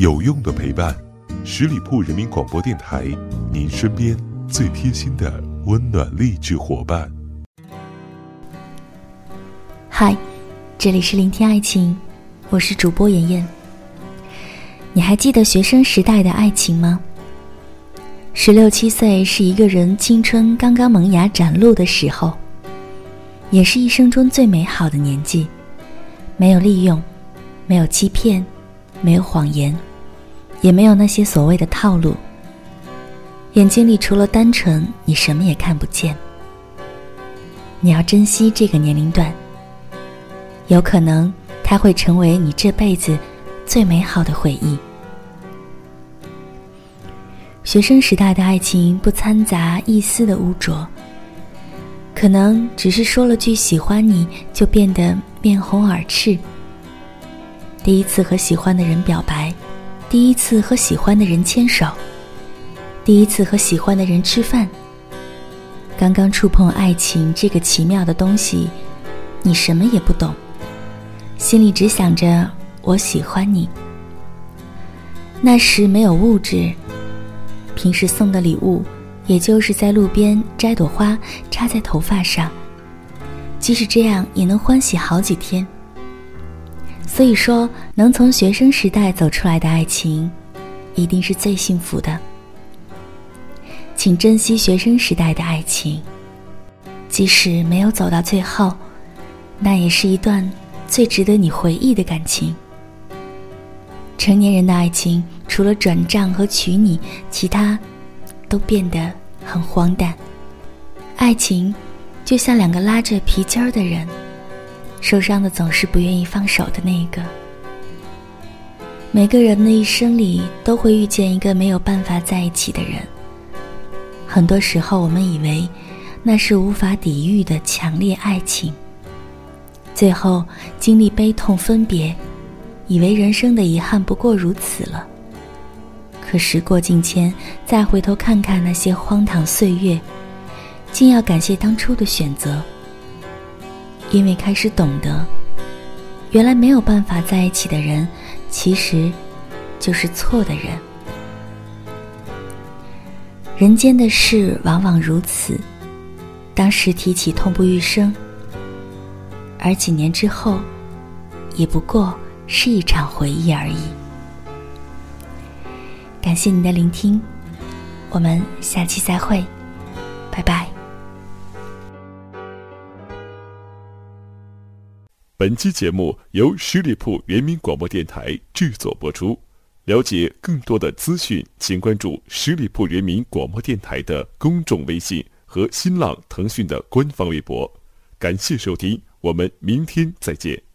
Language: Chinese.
有用的陪伴，十里铺人民广播电台，您身边最贴心的温暖励志伙伴。 嗨，这里是聆听爱情，我是主播妍妍。你还记得学生时代的爱情吗？16、17岁是一个人青春刚刚萌芽展露的时候，也是一生中最美好的年纪。没有利用，没有欺骗，没有谎言，也没有那些所谓的套路。眼睛里除了单纯，你什么也看不见。你要珍惜这个年龄段，有可能它会成为你这辈子最美好的回忆。学生时代的爱情不掺杂一丝的污浊，可能只是说了句喜欢你就变得面红耳赤。第一次和喜欢的人表白，第一次和喜欢的人牵手，第一次和喜欢的人吃饭。刚刚触碰爱情这个奇妙的东西，你什么也不懂，心里只想着我喜欢你。那时没有物质，平时送的礼物也就是在路边摘朵花插在头发上，即使这样也能欢喜好几天。所以说，能从学生时代走出来的爱情一定是最幸福的。请珍惜学生时代的爱情，即使没有走到最后，那也是一段最值得你回忆的感情。成年人的爱情除了转账和娶你，其他都变得很荒诞。爱情就像两个拉着皮筋儿的人，受伤的总是不愿意放手的那一个。每个人的一生里都会遇见一个没有办法在一起的人，很多时候我们以为那是无法抵御的强烈爱情，最后经历悲痛分别，以为人生的遗憾不过如此了。可时过境迁，再回头看看那些荒唐岁月，竟要感谢当初的选择，因为开始懂得，原来没有办法在一起的人，其实就是错的人。人间的事往往如此，当时提起痛不欲生，而几年之后，也不过是一场回忆而已。感谢你的聆听，我们下期再会，拜拜。 本期节目由十里铺人民广播电台制作播出。了解更多的资讯，请关注十里铺人民广播电台的公众微信和新浪、腾讯的官方微博。感谢收听，我们明天再见。